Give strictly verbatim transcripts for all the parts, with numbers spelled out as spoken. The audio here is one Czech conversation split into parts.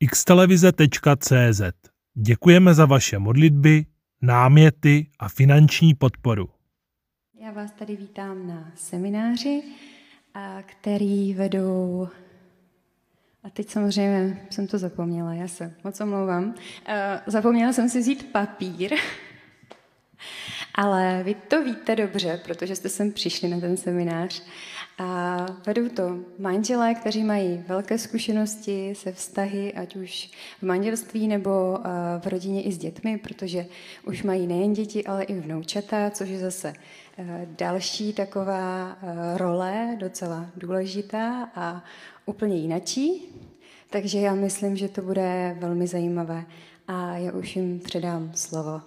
xtelevize tečka cé zet. Děkujeme za vaše modlitby, náměty a finanční podporu. Já vás tady vítám na semináři, který vedou... A teď samozřejmě jsem to zapomněla, já se moc omlouvám. Zapomněla jsem si vzít papír, ale vy to víte dobře, protože jste sem přišli na ten seminář. A vedou to manželé, kteří mají velké zkušenosti se vztahy, ať už v manželství nebo v rodině i s dětmi, protože už mají nejen děti, ale i vnoučata, což je zase další taková role, docela důležitá a úplně jinačí. Takže já myslím, že to bude velmi zajímavé a já už jim předám slovo.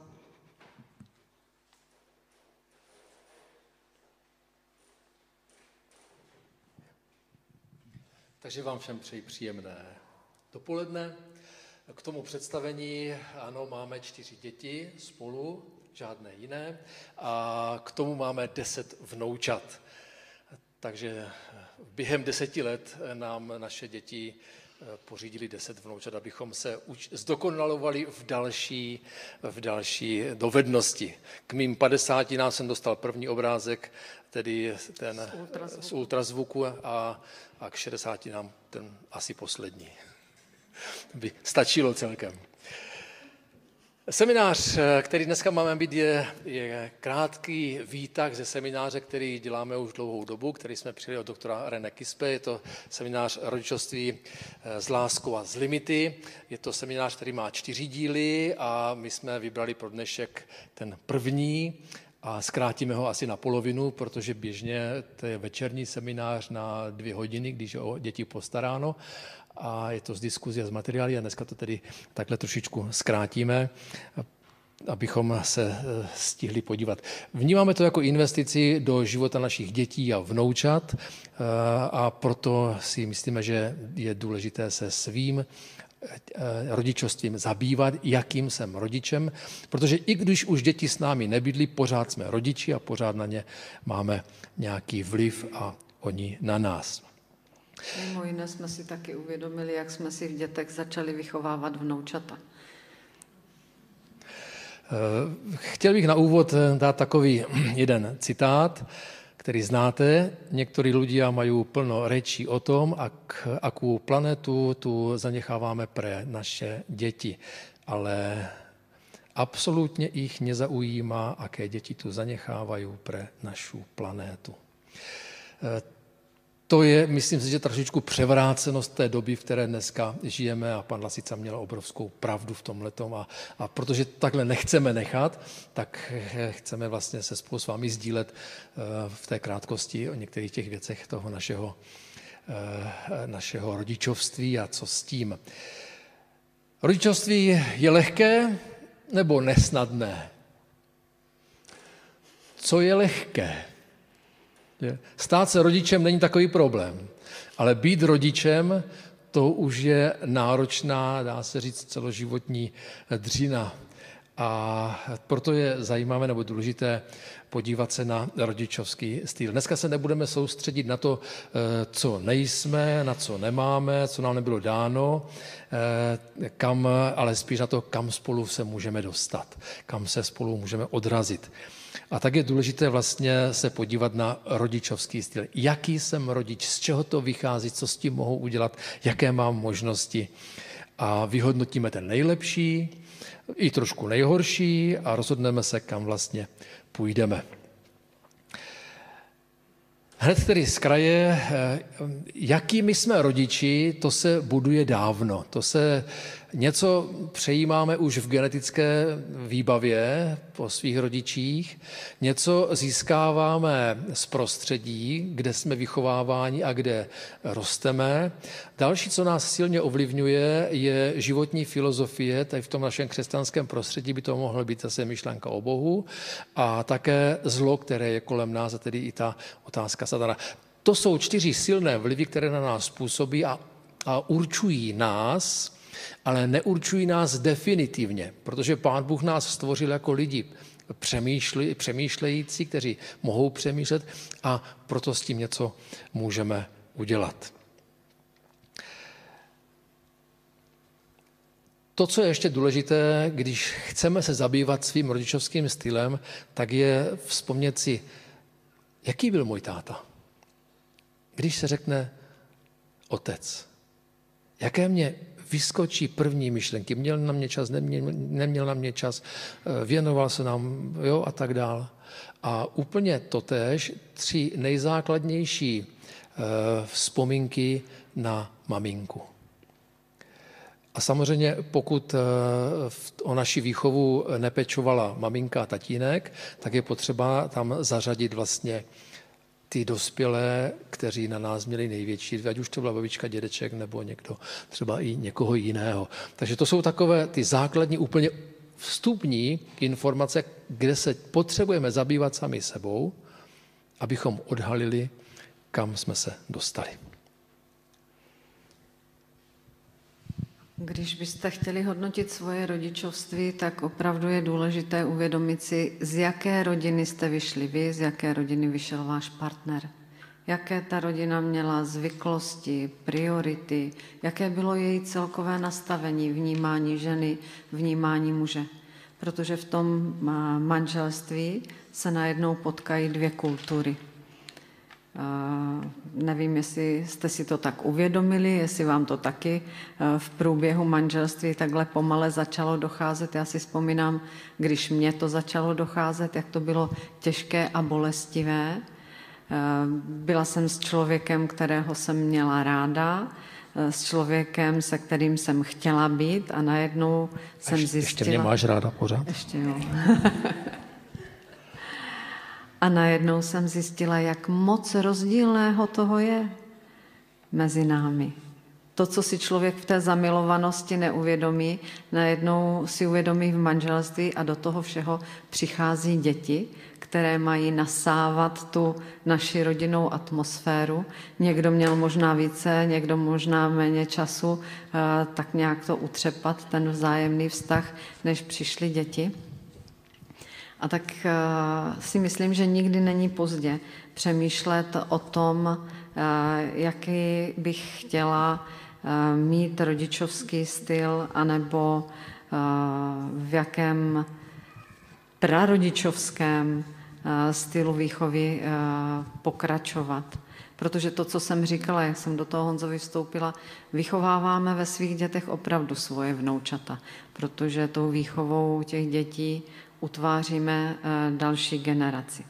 Takže vám všem přeji příjemné dopoledne. K tomu představení, ano, máme čtyři děti spolu, žádné jiné, a k tomu máme deset vnoučat. Takže během deseti let nám naše děti pořídili deset vnoučat, abychom se zdokonalovali v další, v další dovednosti. K mým padesátinám jsem dostal první obrázek, tedy ten z ultrazvuku, z ultrazvuku a, a k šedesátinám ten asi poslední. By stačilo celkem. Seminář, který dneska máme být, je, je krátký výtah ze semináře, který děláme už dlouhou dobu, který jsme přijeli od doktora René Kispe. Je to seminář rodičovství s láskou a s limity. Je to seminář, který má čtyři díly a my jsme vybrali pro dnešek ten první a zkrátíme ho asi na polovinu, protože běžně to je večerní seminář na dvě hodiny, když je o děti postaráno. A je to z diskuze a z materiály a dneska to tedy takhle trošičku zkrátíme, abychom se stihli podívat. Vnímáme to jako investici do života našich dětí a vnoučat a proto si myslíme, že je důležité se svým rodičovstvím zabývat, jakým jsem rodičem, protože i když už děti s námi nebydlí, pořád jsme rodiči a pořád na ně máme nějaký vliv a oni na nás. Mimo jiné jsme si taky uvědomili, jak jsme si v dětech začali vychovávat vnoučata. Chtěl bych na úvod dát takový jeden citát, který znáte. Někteří lidé mají plno rečí o tom, ak, akou planetu tu zanecháváme pre naše děti, ale absolutně jich nezaujíma, aké děti tu zanechávají pre našu planétu. To je, myslím si, že trošičku převrácenost té doby, v které dneska žijeme a pan Lasica měl obrovskou pravdu v tomhletom a, a protože takhle nechceme nechat, tak chceme vlastně se spolu s vámi sdílet v té krátkosti o některých těch věcech toho našeho, našeho rodičovství a co s tím. Rodičovství je lehké nebo nesnadné? Co je lehké? Stát se rodičem není takový problém, ale být rodičem, to už je náročná, dá se říct, celoživotní dřina. A proto je zajímavé nebo důležité podívat se na rodičovský styl. Dneska se nebudeme soustředit na to, co nejsme, na co nemáme, co nám nebylo dáno, kam, ale spíš na to, kam spolu se můžeme dostat, kam se spolu můžeme odrazit. A tak je důležité vlastně se podívat na rodičovský styl. Jaký jsem rodič, z čeho to vychází, co s tím mohu udělat, jaké mám možnosti. A vyhodnotíme ten nejlepší, i trošku nejhorší a rozhodneme se, kam vlastně půjdeme. Hned tedy z kraje, jakými jsme rodiči, to se buduje dávno. To se něco přejímáme už v genetické výbavě po svých rodičích, něco získáváme z prostředí, kde jsme vychováváni a kde rosteme. Další, co nás silně ovlivňuje, je životní filozofie, tady v tom našem křesťanském prostředí by to mohla být zase myšlenka o Bohu a také zlo, které je kolem nás, a tedy i ta otázka satana. To jsou čtyři silné vlivy, které na nás působí a, a určují nás, ale neurčují nás definitivně, protože Pán Bůh nás stvořil jako lidi přemýšlí, přemýšlející, kteří mohou přemýšlet a proto s tím něco můžeme udělat. To, co je ještě důležité, když chceme se zabývat svým rodičovským stylem, tak je vzpomnět si, jaký byl můj táta. Když se řekne otec, jaké mě vyskočí první myšlenky, měl na mě čas, neměl, neměl na mě čas, věnoval se nám, jo, a tak dál. A úplně totéž tři nejzákladnější vzpomínky na maminku. A samozřejmě, pokud o naši výchovu nepečovala maminka a tatínek, tak je potřeba tam zařadit vlastně ty dospělé, kteří na nás měli největší, ať už to byla babička, dědeček nebo někdo, třeba i někoho jiného. Takže to jsou takové ty základní, úplně vstupní informace, kde se potřebujeme zabývat sami sebou, abychom odhalili, kam jsme se dostali. Když byste chtěli hodnotit svoje rodičovství, tak opravdu je důležité uvědomit si, z jaké rodiny jste vyšli vy, z jaké rodiny vyšel váš partner. Jaké ta rodina měla zvyklosti, priority, jaké bylo její celkové nastavení, vnímání ženy, vnímání muže. Protože v tom manželství se najednou potkají dvě kultury. Uh, nevím, jestli jste si to tak uvědomili, jestli vám to taky uh, v průběhu manželství takhle pomale začalo docházet. Já si vzpomínám, když mě to začalo docházet, jak to bylo těžké a bolestivé. Uh, byla jsem s člověkem, kterého jsem měla ráda, uh, s člověkem, se kterým jsem chtěla být a najednou jsem ještě, zjistila... Ještě mě máš ráda pořád? Ještě jo. A najednou jsem zjistila, jak moc rozdílného toho je mezi námi. To, co si člověk v té zamilovanosti neuvědomí, najednou si uvědomí v manželství a do toho všeho přichází děti, které mají nasávat tu naši rodinnou atmosféru. Někdo měl možná více, někdo možná méně času, tak nějak to utřepat, ten vzájemný vztah, než přišly děti. A tak uh, si myslím, že nikdy není pozdě přemýšlet o tom, uh, jaký bych chtěla uh, mít rodičovský styl, anebo uh, v jakém prarodičovském uh, stylu výchovy uh, pokračovat. Protože to, co jsem říkala, jak jsem do toho Honzovi vstoupila, vychováváme ve svých dětech opravdu svoje vnoučata, protože tou výchovou těch dětí utváříme další generaci.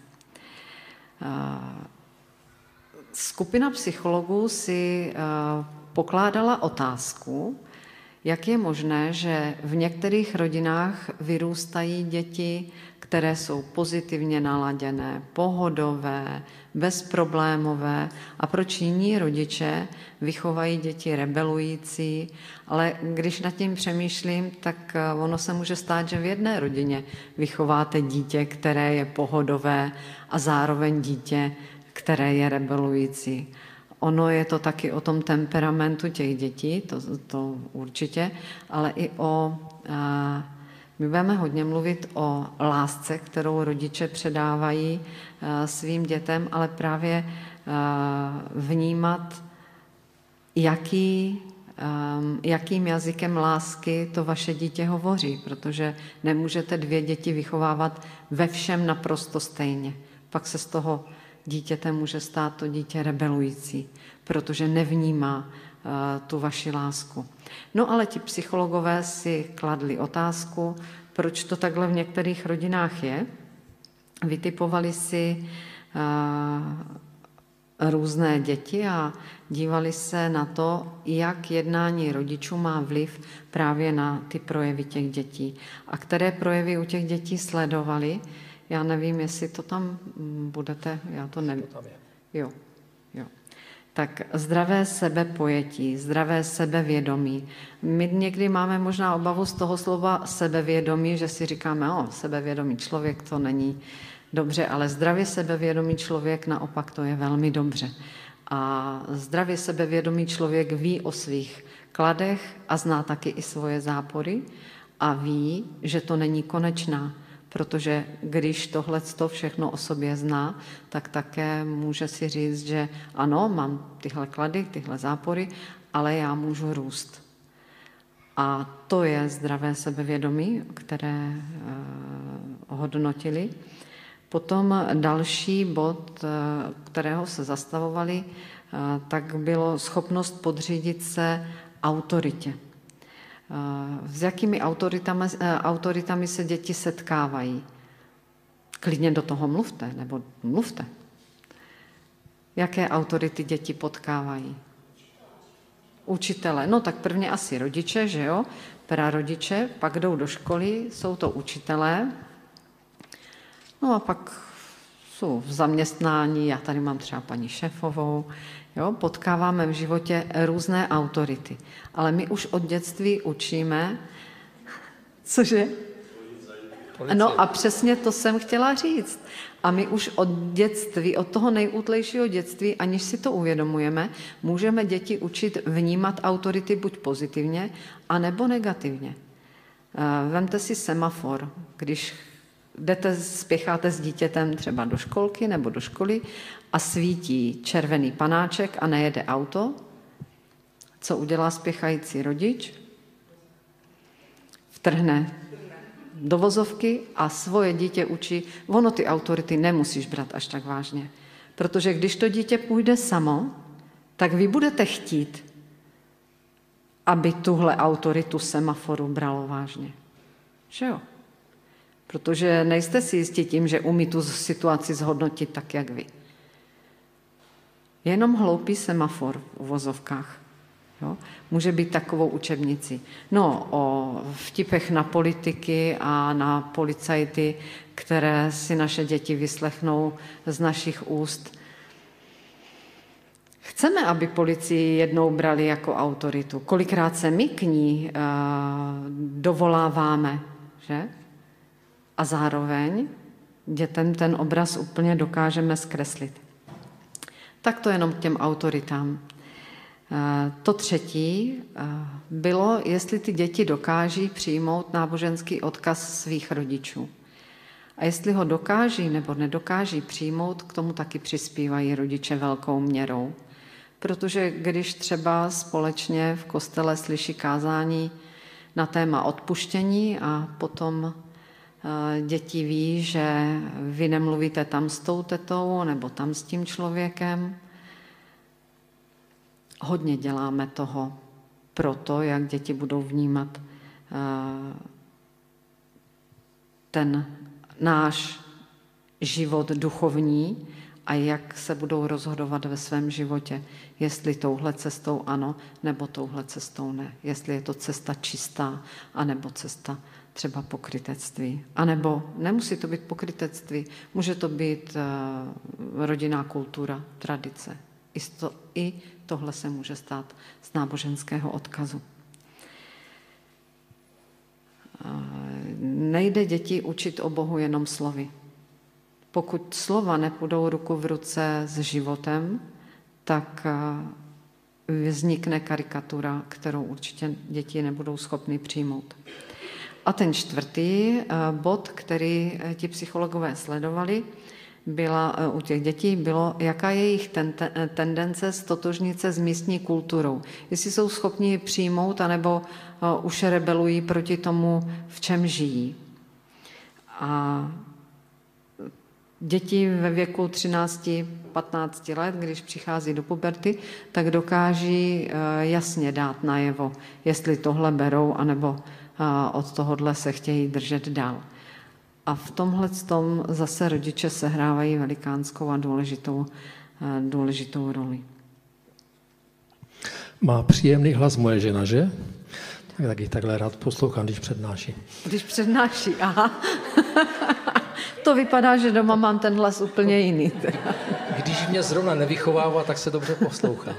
Skupina psychologů si pokládala otázku, jak je možné, že v některých rodinách vyrůstají děti, které jsou pozitivně naladěné, pohodové, bezproblémové a proč jiní rodiče vychovají děti rebelující, ale když nad tím přemýšlím, tak ono se může stát, že v jedné rodině vychováte dítě, které je pohodové a zároveň dítě, které je rebelující. Ono je to taky o tom temperamentu těch dětí, to, to určitě, ale i o... A, my budeme hodně mluvit o lásce, kterou rodiče předávají a, svým dětem, ale právě a, vnímat, jaký, a, jakým jazykem lásky to vaše dítě hovoří, protože nemůžete dvě děti vychovávat ve všem naprosto stejně. Pak se z toho dítěte může stát to dítě rebelující, protože nevnímá uh, tu vaši lásku. No ale ti psychologové si kladli otázku, proč to takhle v některých rodinách je. Vytipovali si uh, různé děti a dívali se na to, jak jednání rodičů má vliv právě na ty projevy těch dětí. A které projevy u těch dětí sledovali. Já nevím, jestli to tam budete, já to nevím. To tam je. Jo, jo. Tak zdravé sebepojetí, zdravé sebevědomí. My někdy máme možná obavu z toho slova sebevědomí, že si říkáme, o, sebevědomý člověk to není dobře, ale zdravě sebevědomý člověk naopak to je velmi dobře. A zdravě sebevědomý člověk ví o svých kladech a zná taky i svoje zápory a ví, že to není konečná. Protože když tohleto všechno o sobě zná, tak také může si říct, že ano, mám tyhle klady, tyhle zápory, ale já můžu růst. A to je zdravé sebevědomí, které e, hodnotili. Potom další bod, e, kterého se zastavovali, e, tak bylo schopnost podřídit se autoritě. E, s jakými autoritami, e, autoritami se děti setkávají? Klidně do toho mluvte, nebo mluvte. Jaké autority děti potkávají? Učitele. No tak prvně asi rodiče, že jo? Prarodiče, pak jdou do školy, jsou to učitelé. No a pak jsou v zaměstnání, já tady mám třeba paní šéfovou, jo? Potkáváme v životě různé autority. Ale my už od dětství učíme, cože? No a přesně to jsem chtěla říct. A my už od dětství, od toho nejútlejšího dětství, aniž si to uvědomujeme, můžeme děti učit vnímat autority buď pozitivně, anebo negativně. Vemte si semafor, když jdete, spěcháte s dítětem třeba do školky nebo do školy a svítí červený panáček a nejede auto, co udělá spěchající rodič? Vtrhne do vozovky a svoje dítě učí, ono ty autority nemusíš brát až tak vážně. Protože když to dítě půjde samo, tak vy budete chtít, aby tuhle autoritu semaforu bralo vážně. Že jo? Protože nejste si jistí tím, že umí tu situaci zhodnotit tak, jak vy. Jenom hloupý semafor v uvozovkách. Jo? Může být takovou učebnici. No, o vtipech na politiky a na policajty, které si naše děti vyslechnou z našich úst. Chceme, aby policii jednou brali jako autoritu. Kolikrát se my k ní uh, dovoláváme, že? A zároveň dětem ten obraz úplně dokážeme zkreslit. Tak to jenom k těm autoritám. To třetí bylo, jestli ty děti dokáží přijmout náboženský odkaz svých rodičů. A jestli ho dokáží nebo nedokáží přijmout, k tomu taky přispívají rodiče velkou měrou. Protože když třeba společně v kostele slyší kázání na téma odpuštění a potom děti ví, že vy nemluvíte tam s tou tetou nebo tam s tím člověkem, hodně děláme toho pro to, jak děti budou vnímat ten náš život duchovní a jak se budou rozhodovat ve svém životě, jestli touhle cestou ano, nebo touhle cestou ne. Jestli je to cesta čistá, anebo cesta třeba pokrytectví. A nebo nemusí to být pokrytectví, může to být rodinná kultura, tradice. I, to, I tohle se může stát z náboženského odkazu. Nejde děti učit o Bohu jenom slovy. Pokud slova nepůjdou ruku v ruce s životem, tak vznikne karikatura, kterou určitě děti nebudou schopny přijmout. A ten čtvrtý bod, který ti psychologové sledovali, byla u těch dětí, bylo, jaká je jejich ten, ten, tendence stotožnit se s místní kulturou. Jestli jsou schopni ji přijmout, anebo uh, už rebelují proti tomu, v čem žijí. A děti ve věku třináct patnáct let, když přichází do puberty, tak dokáží uh, jasně dát najevo, jestli tohle berou, anebo uh, od tohohle se chtějí držet dál. A v tomhle tom zase rodiče sehrávají velikánskou a důležitou, důležitou roli. Má příjemný hlas moje žena, že? Tak taky takhle rád poslouchám, když přednáší. Když přednáší, aha. To vypadá, že doma mám ten hlas úplně jiný. Když mě zrovna nevychovává, tak se dobře poslouchá.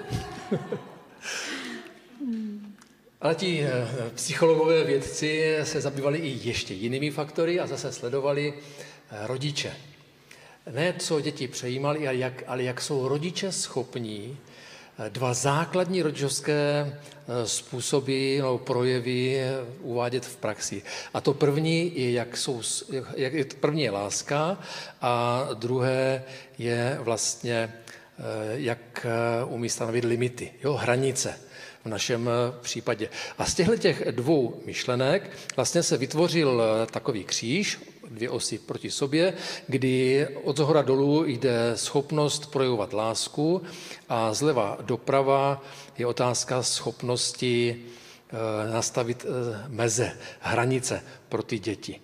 Ale ti psychologové vědci se zabývali i ještě jinými faktory a zase sledovali rodiče. Ne, co děti přejímali, ale jak, ale jak jsou rodiče schopní dva základní rodičovské způsoby no, projevy uvádět v praxi. A to první je, jak jsou, jak, první je láska a druhé je vlastně, jak umí stanovit limity, jo, hranice. v našem případě. A z těchto těch dvou myšlenek vlastně se vytvořil takový kříž, dvě osy proti sobě, kdy od zhora dolů jde schopnost projevovat lásku a zleva doprava je otázka schopnosti nastavit meze, hranice pro ty děti.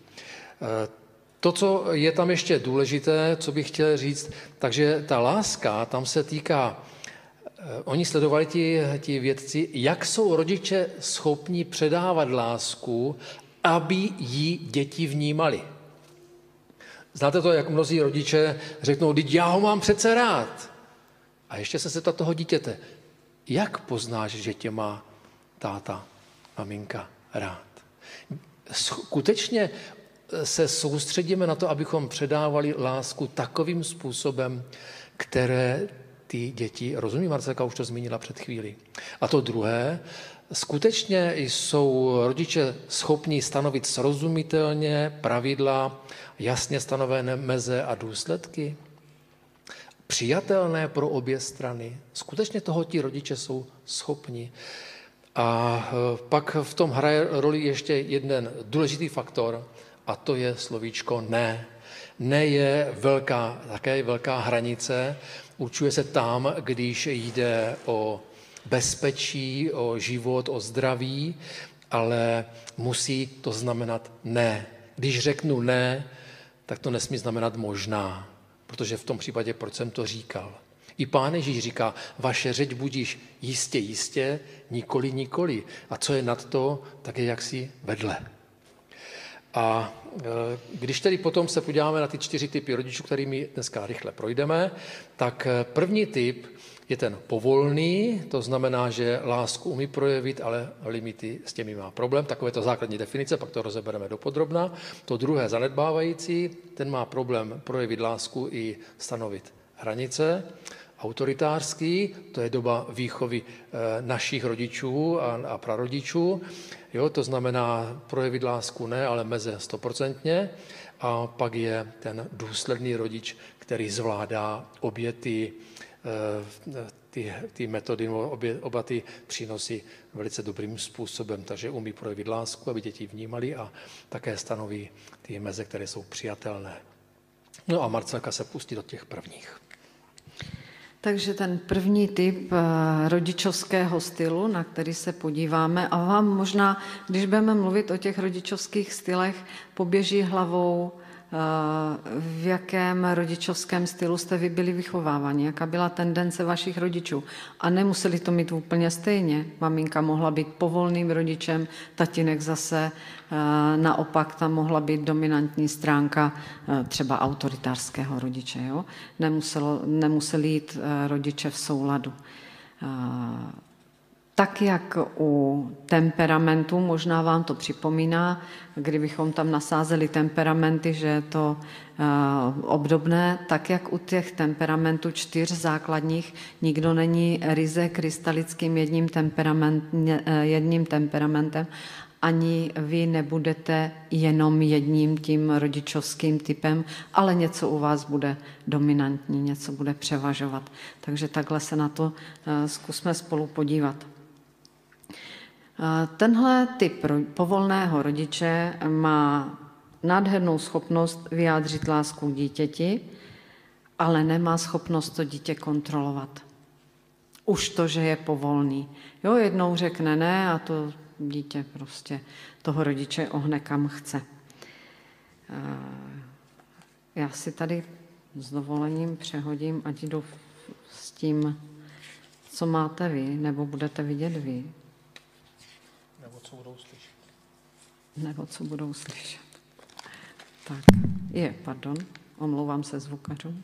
To, co je tam ještě důležité, co bych chtěl říct, takže ta láska, tam se týká, oni sledovali ti, ti vědci, jak jsou rodiče schopni předávat lásku, aby ji děti vnímali. Znáte to, jak mnozí rodiče řeknou, teď já ho mám přece rád. A ještě se zeptat toho dítěte, jak poznáš, že tě má táta, maminka rád? Skutečně se soustředíme na to, abychom předávali lásku takovým způsobem, které ty děti rozumí. Marcelka už to zmínila před chvílí. A to druhé, skutečně jsou rodiče schopni stanovit srozumitelně pravidla, jasně stanovené meze a důsledky, přijatelné pro obě strany. Skutečně toho ti rodiče jsou schopni. A pak v tom hraje roli ještě jeden důležitý faktor, a to je slovíčko ne. Ne je velká, také velká hranice, určuje se tam, když jde o bezpečí, o život, o zdraví, ale musí to znamenat ne. Když řeknu ne, tak to nesmí znamenat možná, protože v tom případě, proč jsem to říkal. I Pán Ježíš říká, vaše řeč budíš jistě, jistě, nikoli, nikoli. A co je nad to, tak je jaksi vedle. A když tedy potom se podíváme na ty čtyři typy rodičů, kterými dneska rychle projdeme, tak první typ je ten povolný, to znamená, že lásku umí projevit, ale limity s těmi má problém. Takové to základní definice, pak to rozebereme dopodrobna. To druhé zanedbávající, ten má problém projevit lásku i stanovit hranice. Autoritářský, to je doba výchovy našich rodičů a prarodičů. Jo, to znamená projevit lásku ne, ale meze stoprocentně. A pak je ten důsledný rodič, který zvládá obě ty, ty, ty metody, obě, oba ty přínosy velice dobrým způsobem. Takže umí projevit lásku, aby děti vnímali a také stanoví ty meze, které jsou přijatelné. No a Marcelka se pustí do těch prvních. Takže ten první typ rodičovského stylu, na který se podíváme, a vám možná, když budeme mluvit o těch rodičovských stylech, poběží hlavou, v jakém rodičovském stylu jste vy byli vychováváni, jaká byla tendence vašich rodičů. A nemuseli to mít úplně stejně. Maminka mohla být povolným rodičem, tatínek zase naopak tam mohla být dominantní stránka třeba autoritářského rodiče. Jo? Nemuselo, nemuseli jít rodiče v souladu. Tak jak u temperamentu, možná vám to připomíná, kdybychom tam nasázeli temperamenty, že je to uh, obdobné, tak jak u těch temperamentů čtyř základních, nikdo není ryze krystalickým jedním, temperament, jedním temperamentem, ani vy nebudete jenom jedním tím rodičovským typem, ale něco u vás bude dominantní, něco bude převažovat. Takže takhle se na to uh, zkusme spolu podívat. Tenhle typ povolného rodiče má nádhernou schopnost vyjádřit lásku k dítěti, ale nemá schopnost to dítě kontrolovat. Už to, že je povolný. Jo, jednou řekne ne a to dítě prostě toho rodiče ohne kam chce. Já si tady s dovolením přehodím, ať jdu s tím, co máte vy, nebo budete vidět vy. Nebo co budou slyšet. Nebo co budou slyšet. Tak, je, pardon, omlouvám se zvukařům.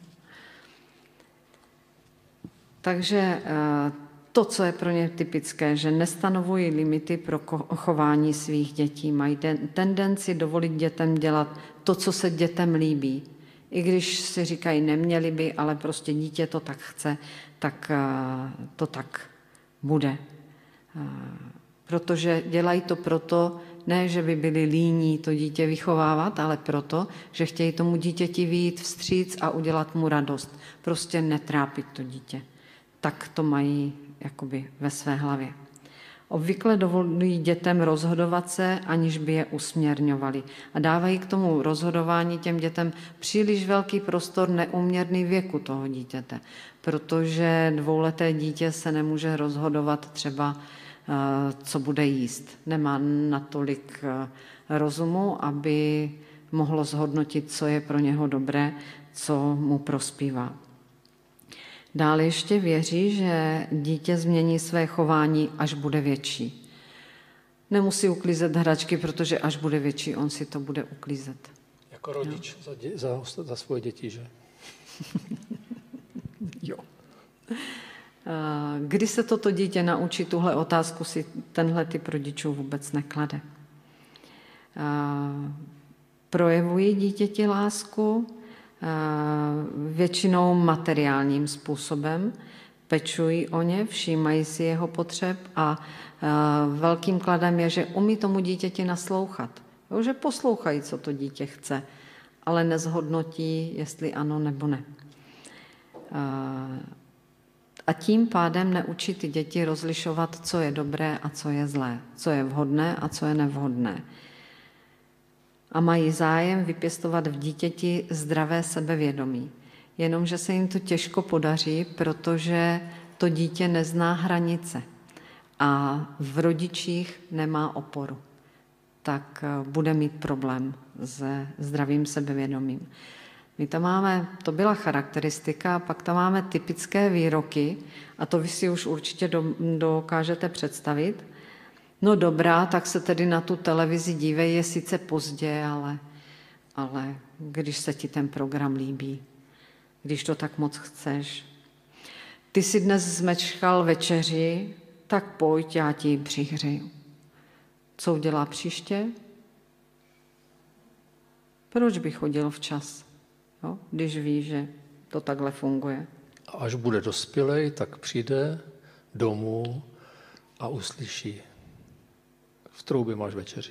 Takže to, co je pro ně typické, že nestanovují limity pro chování svých dětí, mají tendenci dovolit dětem dělat to, co se dětem líbí. I když si říkají, neměli by, ale prostě dítě to tak chce, tak to tak bude. Protože dělají to proto, ne, že by byli líní to dítě vychovávat, ale proto, že chtějí tomu dítěti vyjít vstříc a udělat mu radost. Prostě netrápit to dítě. Tak to mají jakoby ve své hlavě. Obvykle dovolují dětem rozhodovat se, aniž by je usměrňovali. A dávají k tomu rozhodování těm dětem příliš velký prostor neúměrný věku toho dítěte, protože dvouleté dítě se nemůže rozhodovat třeba, co bude jíst. Nemá natolik rozumu, aby mohlo zhodnotit, co je pro něho dobré, co mu prospívá. Dále ještě věří, že dítě změní své chování, až bude větší. Nemusí uklízet hračky, protože až bude větší, on si to bude uklízet. Jako rodič za, dě, za, za svoje děti, že? Jo. Kdy se toto dítě naučí, tuhle otázku si tenhle typ rodičů vůbec neklade. Projevují dítěti lásku většinou materiálním způsobem, pečují o ně, všímají si jeho potřeb a velkým kladem je, že umí tomu dítěti naslouchat. Jo, že poslouchají, co to dítě chce, ale nezhodnotí, jestli ano nebo ne. A tím pádem neučí ty děti rozlišovat, co je dobré a co je zlé, co je vhodné a co je nevhodné. A mají zájem vypěstovat v dítěti zdravé sebevědomí. Jenomže se jim to těžko podaří, protože to dítě nezná hranice a v rodičích nemá oporu. Tak bude mít problém se zdravým sebevědomím. My tam máme, to byla charakteristika, pak tam máme typické výroky, a to vy si už určitě do, dokážete představit. No dobrá, tak se tedy na tu televizi dívej, je sice pozdě, ale, ale když se ti ten program líbí, když to tak moc chceš. Ty si dnes zmečkal večeři, tak pojď, já ti ji přihřeju. Co udělá příště? Proč by chodil včas, jo? Když ví, že to takhle funguje? A až bude dospělej, tak přijde domů a uslyší: v troubě máš večeři.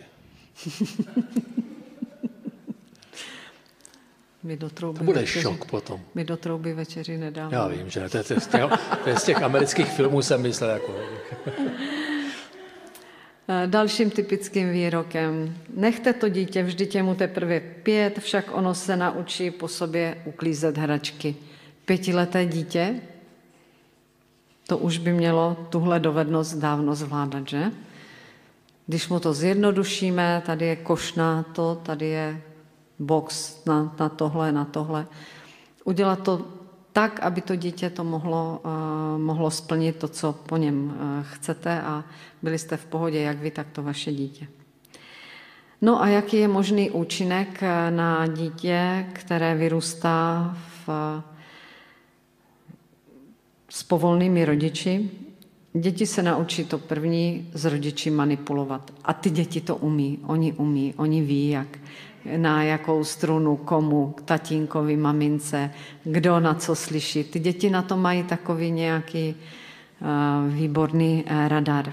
My do trouby to bude večeři, šok potom. My do trouby večeři nedáme. Já vím, že ne. To je z těch, to je z těch amerických filmů, jsem myslel. Jako. Dalším typickým výrokem: nechte to dítě, vždyť je mu teprve pět, však ono se naučí po sobě uklízet hračky. Pětileté dítě, to už by mělo tuhle dovednost dávno zvládat, že? Když mu to zjednodušíme, tady je koš na to, tady je box na, na tohle, na tohle. Udělat to tak, aby to dítě to mohlo, uh, mohlo splnit to, co po něm uh, chcete, a byli jste v pohodě, jak vy, tak to vaše dítě. No a jaký je možný účinek na dítě, které vyrůstá v, s povolnými rodiči? Děti se naučí to první s rodiči manipulovat. A ty děti to umí, oni umí, oni ví, jak, na jakou strunu, komu, k tatínkovi, mamince, kdo na co slyší. Ty děti na to mají takový nějaký uh, výborný uh, radar. Uh,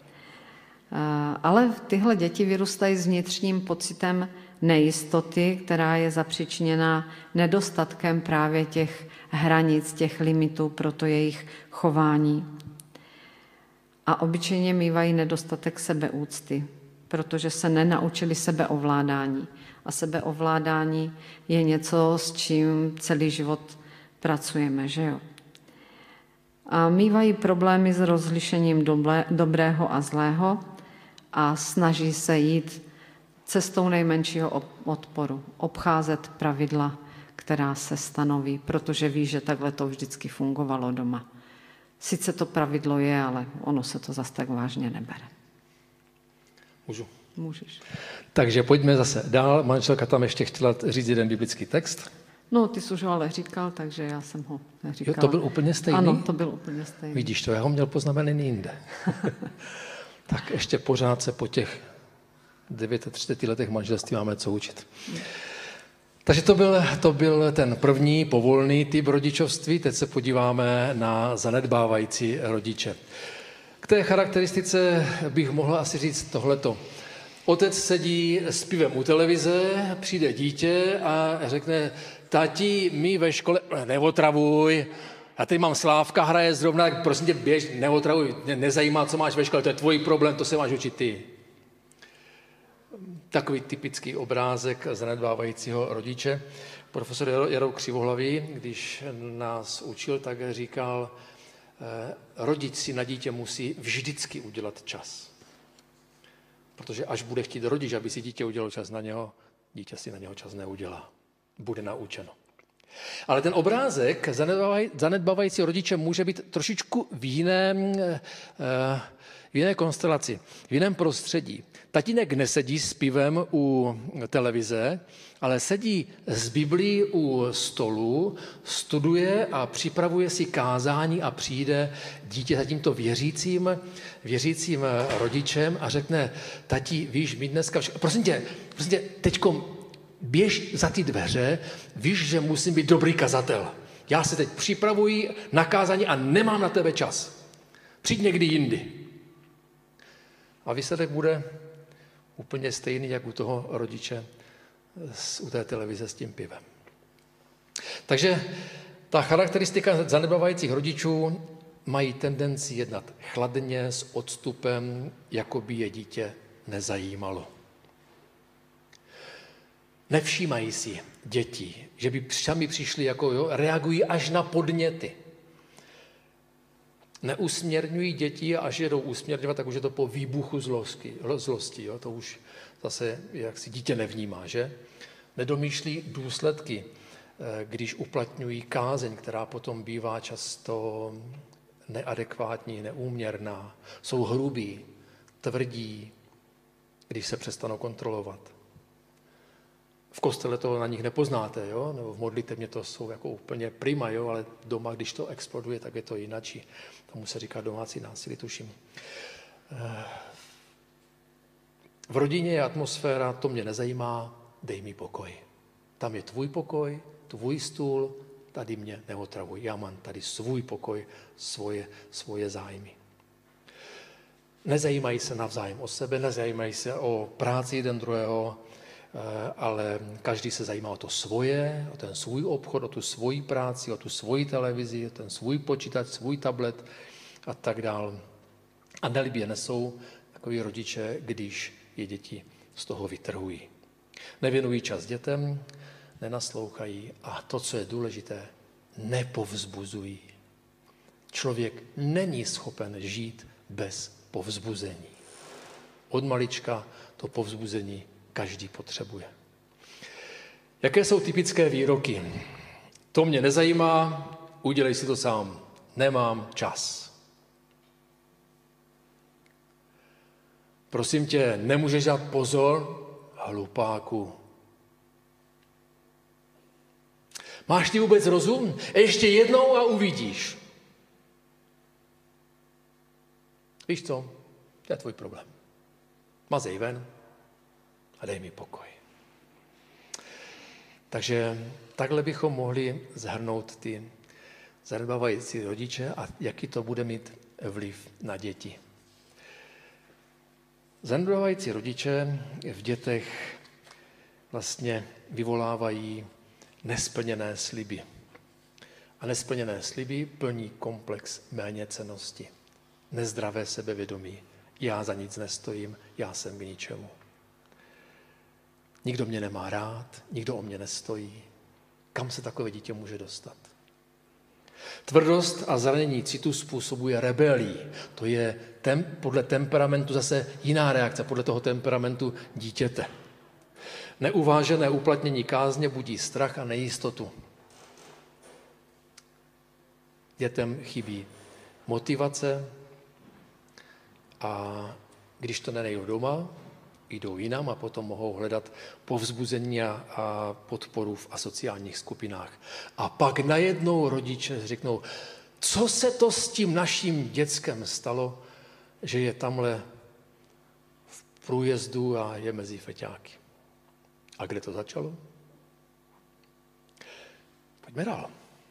ale tyhle děti vyrůstají s vnitřním pocitem nejistoty, která je zapříčiněna nedostatkem právě těch hranic, těch limitů pro to jejich chování. A obyčejně mívají nedostatek sebeúcty, protože se nenaučili sebeovládání. A sebeovládání je něco, s čím celý život pracujeme, že jo? A mívají problémy s rozlišením dobrého a zlého a snaží se jít cestou nejmenšího odporu, obcházet pravidla, která se stanoví, protože ví, že takhle to vždycky fungovalo doma. Sice to pravidlo je, ale ono se to zas tak vážně nebere. Můžu? Můžeš. Takže pojďme zase dál. Manželka tam ještě chtěla říct jeden biblický text. No, ty jsi už ho ale říkal, takže já jsem ho neříkala. Jo, to byl úplně stejný? Ano, to byl úplně stejný. Vidíš to, já ho měl poznamenaný jinde. Tak ještě pořád se po těch třiceti devíti letech manželství máme co učit. Takže to byl, to byl ten první povolný typ rodičovství. Teď se podíváme na zanedbávající rodiče. K té charakteristice bych mohl asi říct tohleto. Otec sedí s pivem u televize, přijde dítě a řekne: tati, my ve škole, neotravuj, A teď mám Slávka, hraje zrovna, tak prosím tě, běž, neotravuj, mě nezajímá, co máš ve škole, to je tvůj problém, to se máš učit ty. Takový typický obrázek zanedbávajícího rodiče. Profesor Jaro Křivohlavý, když nás učil, tak říkal, rodič si na dítě musí vždycky udělat čas. Protože až bude chtít rodič, aby si dítě udělal čas na něho, dítě si na něho čas neudělá. Bude naučeno. Ale ten obrázek zanedbávající rodiče může být trošičku v jiné, v jiné konstelaci, v jiném prostředí. Tatínek nesedí s pivem u televize, ale sedí s Biblií u stolu, studuje a připravuje si kázání a přijde dítě za tímto věřícím, věřícím rodičem a řekne, tati, víš, my dneska... Vš- prosím tě, prosím tě, teďko běž za ty dveře, víš, že musím být dobrý kazatel. Já se teď připravuji na kázání a nemám na tebe čas. Přijď někdy jindy. A výsledek bude úplně stejný, jak u toho rodiče u té televize s tím pivem. Takže ta charakteristika zanedbávajících rodičů mají tendenci jednat chladně, s odstupem, jako by je dítě nezajímalo. Nevšímají si děti, že by sami přišli, jako jo, reagují až na podněty. Neusměrňují děti a až jedou usměrňovat, tak už je to po výbuchu zlosti. zlosti jo? To už zase jak si dítě nevnímá, že? Nedomýšlí důsledky, když uplatňují kázeň, která potom bývá často neadekvátní, neúměrná. Jsou hrubí, tvrdí, když se přestanou kontrolovat. V kostele to na nich nepoznáte, jo? Nebo v modlitevně to jsou jako úplně prima, jo? Ale doma, když to exploduje, tak je to jinačí. Tomu se říká domácí násilí, tuším. V rodině je atmosféra, to mě nezajímá, dej mi pokoj. Tam je tvůj pokoj, tvůj stůl, tady mě neotravuj. Já mám tady svůj pokoj, svoje, svoje zájmy. Nezajímají se navzájem o sebe, nezajímají se o práci jeden druhého, ale každý se zajímá o to svoje, o ten svůj obchod, o tu svoji práci, o tu svoji televizi, o ten svůj počítač, svůj tablet a tak dál. A nelibě nesou takový rodiče, když je děti z toho vytrhují. Nevěnují čas dětem, nenaslouchají a to, co je důležité, nepovzbuzují. Člověk není schopen žít bez povzbuzení. Od malička to povzbuzení každý potřebuje. Jaké jsou typické výroky? To mě nezajímá, udělej si to sám. Nemám čas. Prosím tě, nemůžeš dát pozor, hlupáku. Máš ty vůbec rozum? Ještě jednou a uvidíš. Víš co? To je tvůj problém. Mazej ven a dej mi pokoj. Takže takhle bychom mohli zhrnout ty zanedbávající rodiče a jaký to bude mít vliv na děti. Zanedbávající rodiče v dětech vlastně vyvolávají nesplněné sliby. A nesplněné sliby plní komplex méněcennosti. Nezdravé sebevědomí. Já za nic nestojím, já jsem k ničemu. Nikdo mě nemá rád, nikdo o mě nestojí. Kam se takové dítě může dostat? Tvrdost a zranění citu způsobuje rebelii. To je tem, podle temperamentu zase jiná reakce, podle toho temperamentu dítěte. Neuvážené uplatnění kázně budí strach a nejistotu. Dětem chybí motivace a když to nenajdou doma, jdou jinam a potom mohou hledat povzbuzení a, a podporu v asociálních skupinách. A pak najednou rodiče řeknou, co se to s tím naším dětskem stalo, že je tamhle v průjezdu a je mezi feťáky. A kde to začalo? Pojďme dál.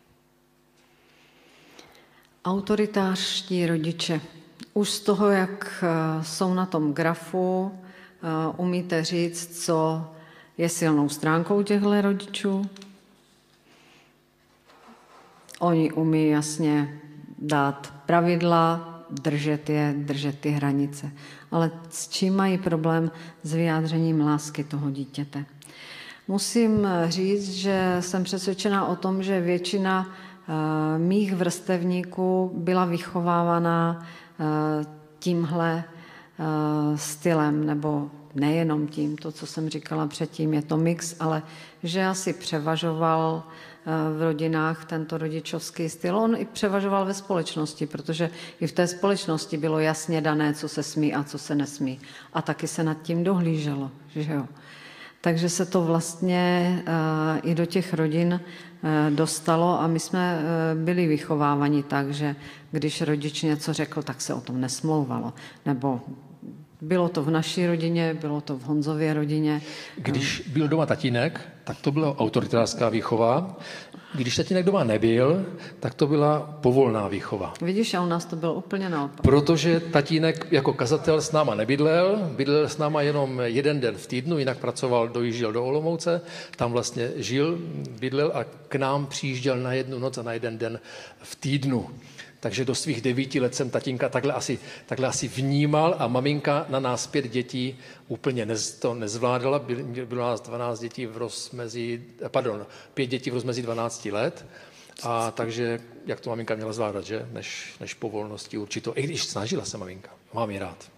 Autoritářští rodiče. Už z toho, jak jsou na tom grafu, umíte říct, co je silnou stránkou těchto rodičů? Oni umí jasně dát pravidla, držet je, držet ty hranice. Ale s čím mají problém? S vyjádřením lásky toho dítěte. Musím říct, že jsem přesvědčená o tom, že většina uh, mých vrstevníků byla vychovávaná uh, tímhle uh, stylem, nebo nejenom tím, to, co jsem říkala předtím, je to mix, ale že asi převažoval v rodinách tento rodičovský styl. On i převažoval ve společnosti, protože i v té společnosti bylo jasně dané, co se smí a co se nesmí. A taky se nad tím dohlíželo. Že jo? Takže se to vlastně uh, i do těch rodin uh, dostalo a my jsme uh, byli vychováváni tak, že když rodič něco řekl, tak se o tom nesmlouvalo. Nebo bylo to v naší rodině, bylo to v Honzově rodině. Když byl doma tatínek, tak to byla autoritářská výchova. Když tatínek doma nebyl, tak to byla povolná výchova. Vidíš, a u nás to bylo úplně naopak. Protože tatínek jako kazatel s náma nebydlel, bydlel s náma jenom jeden den v týdnu, jinak pracoval, dojížděl do Olomouce, tam vlastně žil, bydlel a k nám přijížděl na jednu noc a na jeden den v týdnu. Takže do svých devíti let jsem tatínka takhle asi, takhle asi vnímal a maminka na nás pět dětí úplně nez, to nezvládala. Bylo, bylo nás dvanáct dětí v rozmezí, pardon, pět dětí v rozmezí dvanácti let. A takže jak to maminka měla zvládat, že? Než, než po volnosti určitě. I když snažila se maminka. Mám ji rád.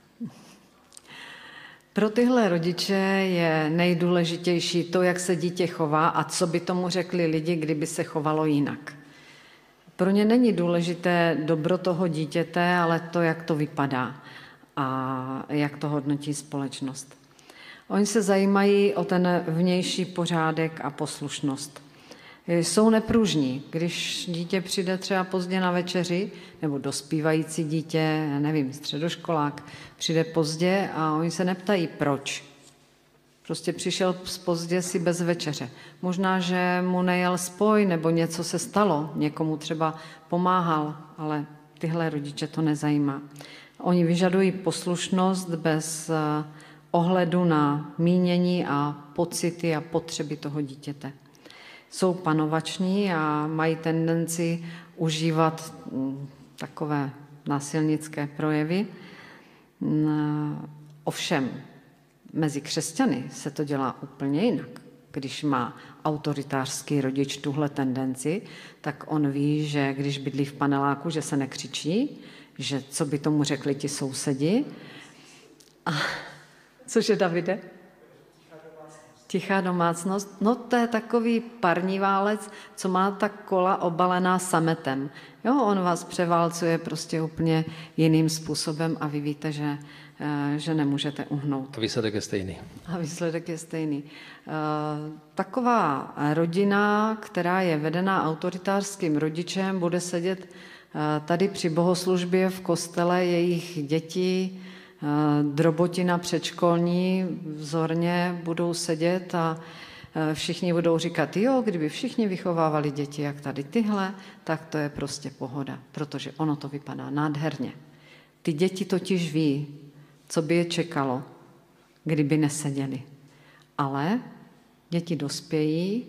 Pro tyhle rodiče je nejdůležitější to, jak se dítě chová a co by tomu řekli lidi, kdyby se chovalo jinak. Pro ně není důležité dobro toho dítěte, ale to, jak to vypadá a jak to hodnotí společnost. Oni se zajímají o ten vnější pořádek a poslušnost. Jsou nepružní. Když dítě přijde třeba pozdě na večeři, nebo dospívající dítě, nevím, středoškolák, přijde pozdě a oni se neptají, proč. Prostě přišel pozdě si bez večeře. Možná, že mu nejel spoj, nebo něco se stalo, někomu třeba pomáhal, ale tyhle rodiče to nezajímá. Oni vyžadují poslušnost bez ohledu na mínění a pocity a potřeby toho dítěte. Jsou panovační a mají tendenci užívat takové násilnické projevy. Ovšem, mezi křesťany se to dělá úplně jinak. Když má autoritářský rodič tuhle tendenci, tak on ví, že když bydlí v paneláku, že se nekřičí, že co by tomu řekli ti sousedi. A cože, Davide? Tichá domácnost. No to je takový parní válec, co má ta kola obalená sametem. Jo, on vás převálcuje prostě úplně jiným způsobem a vy víte, že, že nemůžete uhnout. A výsledek je stejný. A výsledek je stejný. Taková rodina, která je vedená autoritářským rodičem, bude sedět tady při bohoslužbě v kostele jejich dětí, drobotina předškolní, vzorně budou sedět a všichni budou říkat, jo, kdyby všichni vychovávali děti jak tady tyhle, tak to je prostě pohoda, protože ono to vypadá nádherně. Ty děti totiž ví, co by je čekalo, kdyby neseděli. Ale děti dospějí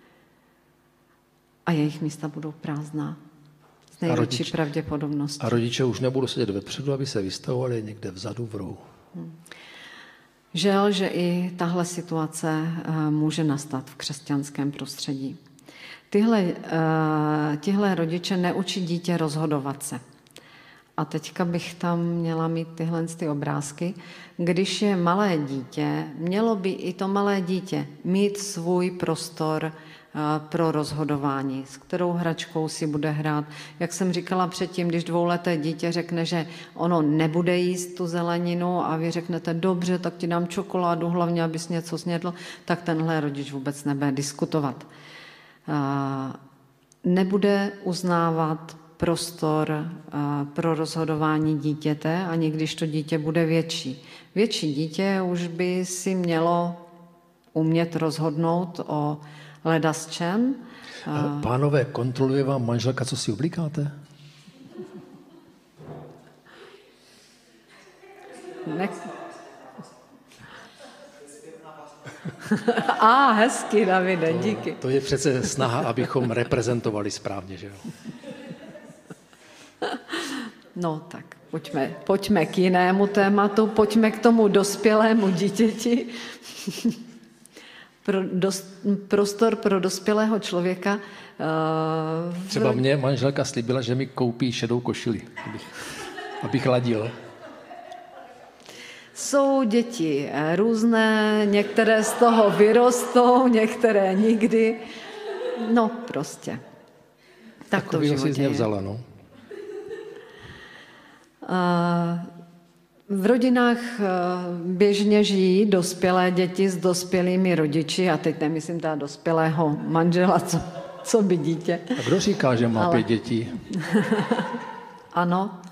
a jejich místa budou prázdná. Z největší pravděpodobností. A rodiče už nebudou sedět vepředu, aby se vystavovali někde vzadu v rohu. Hmm. Žel, že i tahle situace může nastat v křesťanském prostředí. Tyhle, tihle rodiče neučí dítě rozhodovat se. A teďka bych tam měla mít tyhle ty obrázky. Když je malé dítě, mělo by i to malé dítě mít svůj prostor pro rozhodování, s kterou hračkou si bude hrát. Jak jsem říkala předtím, když dvouleté dítě řekne, že ono nebude jíst tu zeleninu a vy řeknete, dobře, tak ti dám čokoládu, hlavně, abys něco snědl, tak tenhle rodič vůbec nebude diskutovat. Nebude uznávat prostor pro rozhodování dítěte, ani když to dítě bude větší. Větší dítě už by si mělo umět rozhodnout o ledasčem. Pánové, kontroluje vám manželka, co si oblíkáte? Ne... A, hezky, Davide, to, díky. To je přece snaha, abychom reprezentovali správně, že jo? No tak, pojďme, pojďme k jinému tématu, pojďme k tomu dospělému dítěti. Pro dos, prostor pro dospělého člověka. Uh, Třeba mě manželka slíbila, že mi koupí šedou košili, abych, abych ladil. Jsou děti různé, některé z toho vyrostou, některé nikdy. No prostě. Tak to v životě jsi je. vzala, no. V rodinách běžně žijí dospělé děti s dospělými rodiči, a teď nemyslím teda dospělého manžela, co, co by dítě. A kdo říká, že má Ale... pět dětí? Ano.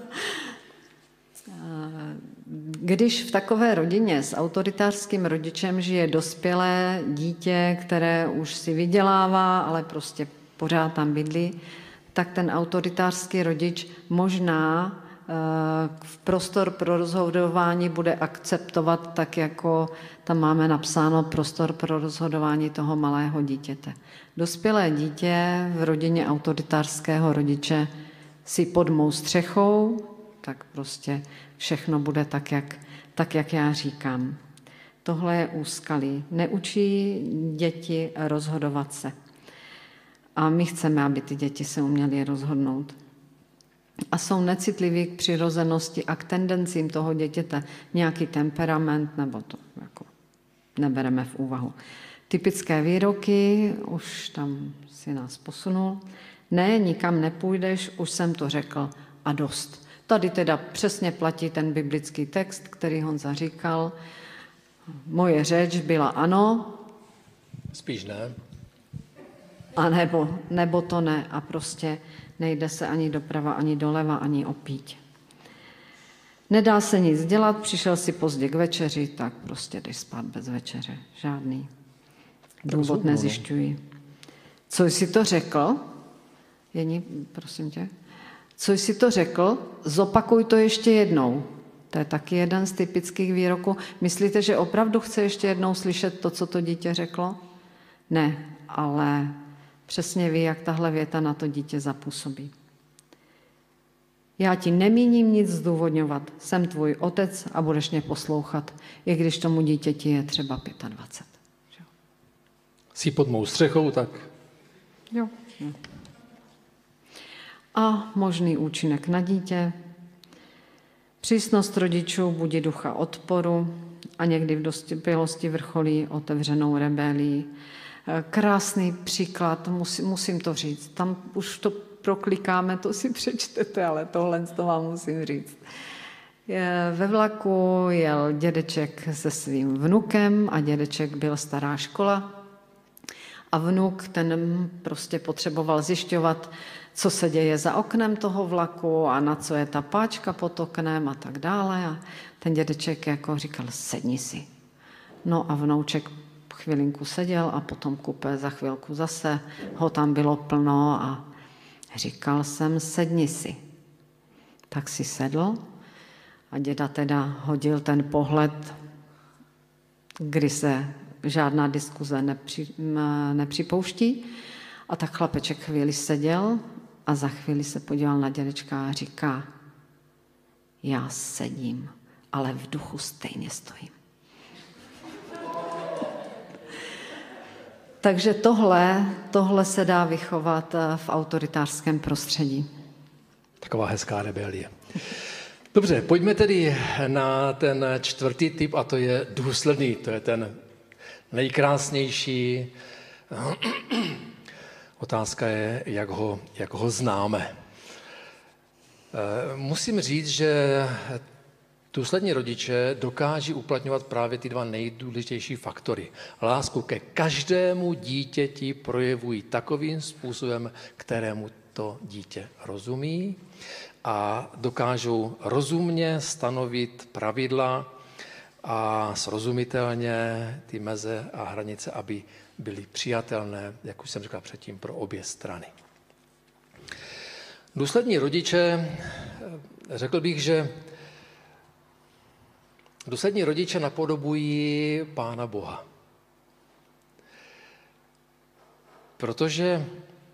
Když v takové rodině s autoritářským rodičem žije dospělé dítě, které už si vydělává, ale prostě pořád tam bydlí, tak ten autoritářský rodič možná v prostor pro rozhodování bude akceptovat tak, jako tam máme napsáno prostor pro rozhodování toho malého dítěte. Dospělé dítě v rodině autoritářského rodiče si pod mou střechou, tak prostě všechno bude tak, jak, tak, jak já říkám. Tohle je úskalí. Neučí děti rozhodovat se. A my chceme, aby ty děti se uměly rozhodnout. A jsou necitliví k přirozenosti a k tendencím toho dítěte. Nějaký temperament, nebo to jako nebereme v úvahu. Typické výroky, už tam si nás posunul. Ne, nikam nepůjdeš, už jsem to řekl a dost. Tady teda přesně platí ten biblický text, který Honza říkal. Moje řeč byla ano. Spíš ne. A nebo, nebo to ne. A prostě nejde se ani doprava, ani doleva, ani opít. Nedá se nic dělat, přišel si pozdě k večeři, tak prostě jdeš spát bez večeře. Žádný důvod nezjišťuji. Co jsi to řekl? Jení, prosím tě. Co jsi to řekl? Zopakuj to ještě jednou. To je taky jeden z typických výroků. Myslíte, že opravdu chce ještě jednou slyšet to, co to dítě řeklo? Ne, ale přesně ví, jak tahle věta na to dítě zapůsobí. Já ti nemíním nic zdůvodňovat. Jsem tvůj otec a budeš mě poslouchat, i když tomu dítěti je třeba dvacet pět. Jsi pod mou střechou, tak... Jo. A možný účinek na dítě. Přísnost rodičů budí ducha odporu a někdy v dospělosti vrcholí otevřenou rebelí. Krásný příklad, musím, musím to říct. Tam už to proklikáme, to si přečtete, ale tohle to vám musím říct. Ve vlaku jel dědeček se svým vnukem a dědeček byl stará škola. A vnuk ten prostě potřeboval zjišťovat, co se děje za oknem toho vlaku a na co je ta páčka pod oknem a tak dále. A ten dědeček jako říkal, sedni si. No a vnouček chvilinku seděl a potom kupé za chvilku zase ho tam bylo plno a říkal jsem, sedni si. Tak si sedl a děda teda hodil ten pohled, kdy se žádná diskuze nepři, nepřipouští. A tak chlapeček chvíli seděl a za chvíli se podíval na dědečka a říká, já sedím, ale v duchu stejně stojím. Takže tohle, tohle se dá vychovat v autoritářském prostředí. Taková hezká rebelie. Dobře, pojďme tedy na ten čtvrtý typ, a to je důsledný. To je ten nejkrásnější. Otázka je, jak ho, jak ho známe. Musím říct, že důslední rodiče dokáží uplatňovat právě ty dva nejdůležitější faktory. Lásku ke každému dítěti projevují takovým způsobem, kterému to dítě rozumí, a dokážou rozumně stanovit pravidla a srozumitelně ty meze a hranice, aby byly přijatelné, jak už jsem říkal předtím, pro obě strany. Důslední rodiče, řekl bych, že důslední rodiče napodobují Pána Boha. Protože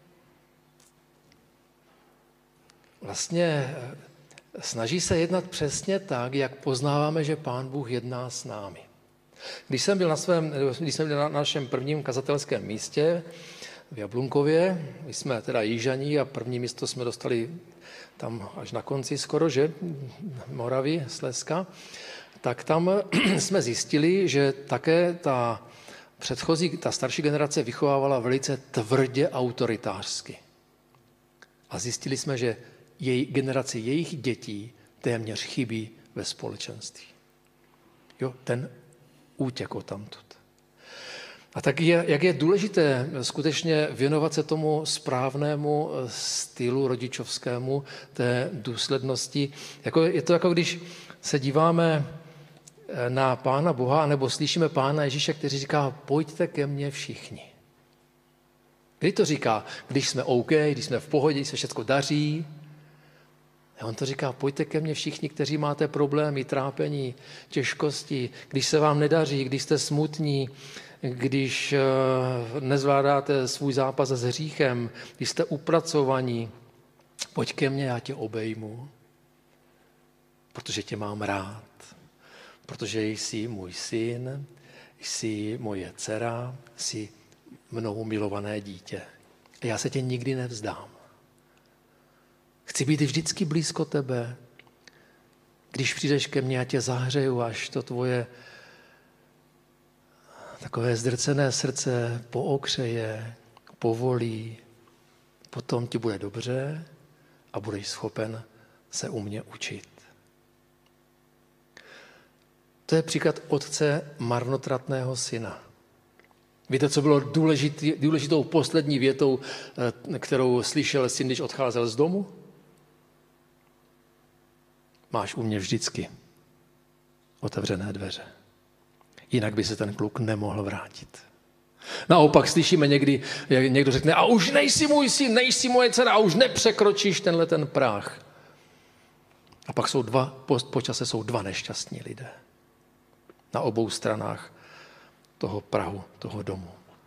vlastně snaží se jednat přesně tak, jak poznáváme, že Pán Bůh jedná s námi. Když jsem byl na, svém, když jsem byl na našem prvním kazatelském místě v Jablunkově, my jsme teda Jižaní a první místo jsme dostali tam až na konci skoro, že, Moravy, Slezska, tak tam jsme zjistili, že také ta předchozí, ta starší generace vychovávala velice tvrdě autoritářsky. A zjistili jsme, že její generaci jejich dětí téměř chybí ve společenství. Jo, ten útěk odtamtud. A tak je, jak je důležité skutečně věnovat se tomu správnému stylu rodičovskému, té důslednosti. Jako, je to jako když se díváme na Pána Boha, nebo slyšíme Pána Ježíše, který říká, pojďte ke mně všichni. Kdy to říká? Když jsme OK, když jsme v pohodě, když se všechno daří. A on to říká, pojďte ke mně všichni, kteří máte problémy, trápení, těžkosti, když se vám nedaří, když jste smutní, když nezvládáte svůj zápas s hříchem, když jste upracovaní, pojď ke mně, já tě obejmu, protože tě mám rád, protože jsi můj syn, jsi moje dcera, jsi mnou milované dítě. A já se tě nikdy nevzdám. Chci být vždycky blízko tebe. Když přijdeš ke mně, já tě zahřeju, až to tvoje takové zdrcené srdce pookřeje, povolí, potom ti bude dobře a budeš schopen se u mě učit. To je příklad otce marnotratného syna. Víte, co bylo důležitý, důležitou poslední větou, kterou slyšel syn, když odcházel z domu? Máš u mě vždycky otevřené dveře. Jinak by se ten kluk nemohl vrátit. Naopak slyšíme někdy, jak někdo řekne, a už nejsi můj syn, nejsi moje dcera, a už nepřekročíš tenhle ten práh. A pak jsou dva, po, po čase jsou dva nešťastní lidé. Na obou stranách toho prahu, toho domu.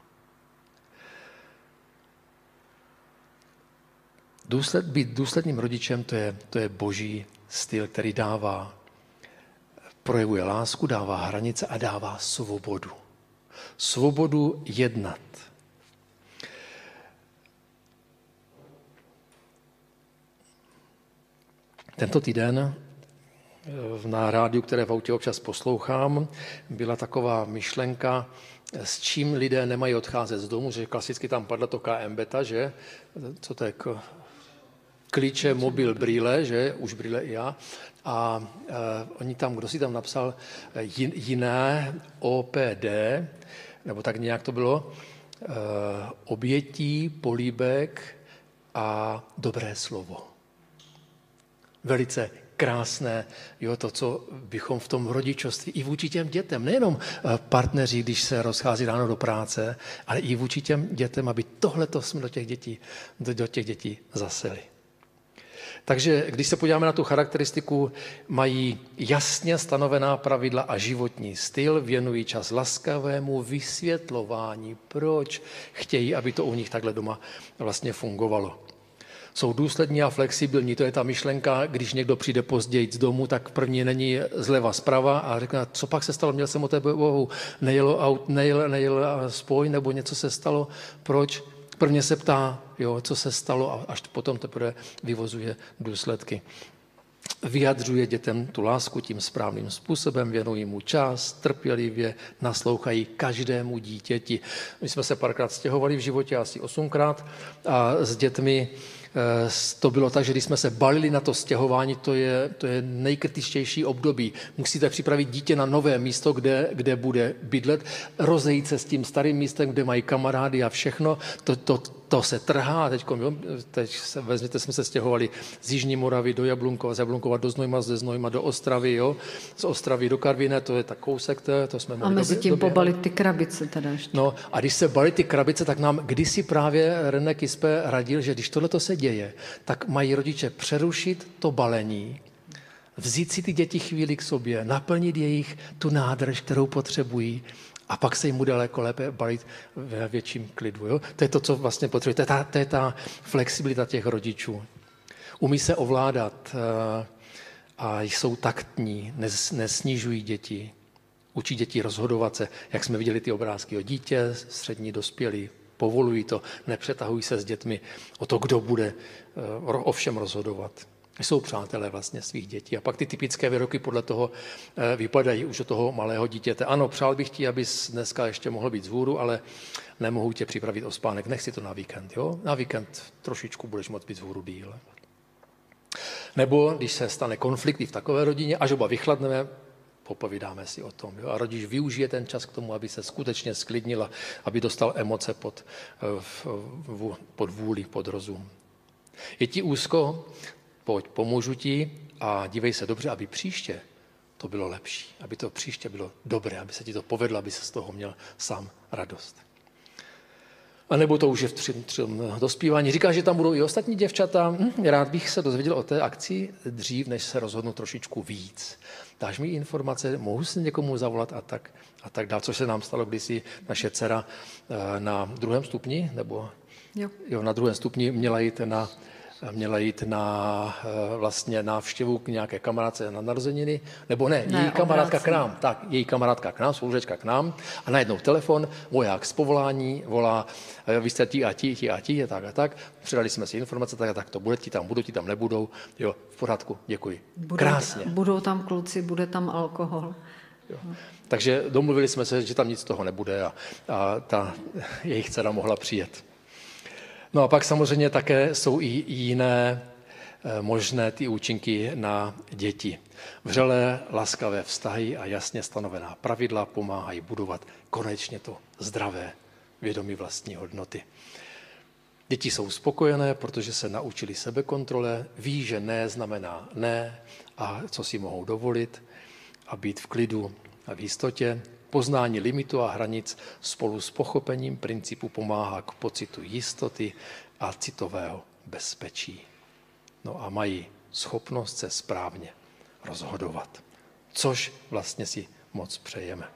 Důsled, být důsledným rodičem, to je, to je boží styl, který dává, projevuje lásku, dává hranice a dává svobodu. Svobodu jednat. Tento týden na rádiu, které v autě občas poslouchám, byla taková myšlenka, s čím lidé nemají odcházet z domu, že klasicky tam padla to K M beta, že? Co to je? Klíče, mobil, brýle, že? Už brýle i já. A uh, oni tam, kdo si tam napsal jin, jiné O P D, nebo tak nějak to bylo, uh, obětí, políbek a dobré slovo. Velice krásné, jo, to, co bychom v tom rodičovství i vůči těm dětem, nejenom partneři, když se rozchází ráno do práce, ale i vůči těm dětem, aby tohleto jsme do těch dětí, do, do těch dětí zaseli. Takže když se podíváme na tu charakteristiku, mají jasně stanovená pravidla a životní styl, věnují čas laskavému vysvětlování, proč chtějí, aby to u nich takhle doma vlastně fungovalo. Jsou důslední a flexibilní, to je ta myšlenka, když někdo přijde později z domu, tak první není zleva zprava a řekne, co pak se stalo, měl jsem o tebe obavu, nejelo aut, nejel, nejel spoj, nebo něco se stalo, proč? Prvně se ptá, jo, co se stalo a až potom teprve vyvozuje důsledky. Vyjadřuje dětem tu lásku tím správným způsobem, věnují mu čas, trpělivě naslouchají každému dítěti. My jsme se párkrát stěhovali v životě, asi osmkrát, a s dětmi to bylo tak, že když jsme se balili na to stěhování, to je, to je nejkritičtější období. Musíte připravit dítě na nové místo, kde, kde bude bydlet, rozejít se s tím starým místem, kde mají kamarády a všechno. To, to, to se trhá. Teď, teď se, vezměte, jsme se stěhovali z Jižní Moravy do Jablunkova, z Jablunkova do Znojma, ze Znojma do Ostravy, jo? Z Ostravy do Karviné, to je tak kousek, to, to jsme mohli. A mezi tím době, pobalit ty krabice teda ještě. No a když se balili ty krabice, tak nám kdysi právě René Kispe radil, že když tohleto se děje, tak mají rodiče přerušit to balení, vzít si ty děti chvíli k sobě, naplnit jejich tu nádrž, kterou potřebují A pak se jim bude daleko lépe bavit ve větším klidu. Jo? To je to, co vlastně potřebuje. To je ta, to je ta flexibilita těch rodičů. Umí se ovládat a jsou taktní, nes, nesnižují děti. Učí děti rozhodovat se, jak jsme viděli ty obrázky o dítě, střední dospělí, povolují to, nepřetahují se s dětmi o to, kdo bude o všem rozhodovat. Jsou přátelé vlastně svých dětí. A pak ty typické výroky podle toho vypadají už od toho malého dítěte. Ano, přál bych ti, abys dneska ještě mohl být vzhůru, ale nemohu tě připravit o spánek, nech si to na víkend. Jo? Na víkend trošičku budeš moct být vzhůru díl. Nebo když se stane konflikt i v takové rodině, až oba vychladneme, popovídáme si o tom. Jo? A rodič využije ten čas k tomu, aby se skutečně sklidnila, aby dostal emoce pod, pod vůli, pod rozum. Je ti úzko, pojď, pomůžu ti a dívej se dobře, aby příště to bylo lepší, aby to příště bylo dobré, aby se ti to povedlo, aby se z toho měl sám radost. A nebo to už je v třím, třím dospívání. Říká, že tam budou i ostatní děvčata. Hm, rád bych se dozvěděl o té akci dřív, než se rozhodnu trošičku víc. Dáš mi informace, mohu si někomu zavolat a tak, a tak dál, což se nám stalo kdysi. Naše dcera na druhém stupni, nebo jo. Jo, na druhém stupni měla jít na měla jít na vlastně návštěvu k nějaké kamarádce na narozeniny, nebo ne, ne její kamarádka k nám, tak, její kamarádka k nám, spolužečka k nám a najednou telefon, voják z povolání, volá, vy jste ti a ti, ti a ti, a tak a tak, předali jsme si informace, tak a tak to bude, ti tam budou, ti tam nebudou, jo, v pořádku, děkuji. Budou, krásně. Budou tam kluci, bude tam alkohol. Jo. Takže domluvili jsme se, že tam nic z toho nebude a, a ta jejich dcera mohla přijet. No a pak samozřejmě také jsou i jiné možné ty účinky na děti. Vřelé, laskavé vztahy a jasně stanovená pravidla pomáhají budovat konečně to zdravé vědomí vlastní hodnoty. Děti jsou spokojené, protože se naučili sebekontrole, ví, že ne znamená ne a co si mohou dovolit a být v klidu a v jistotě. Poznání limitu a hranic spolu s pochopením principu pomáhá k pocitu jistoty a citového bezpečí. No a mají schopnost se správně rozhodovat, což vlastně si moc přejeme.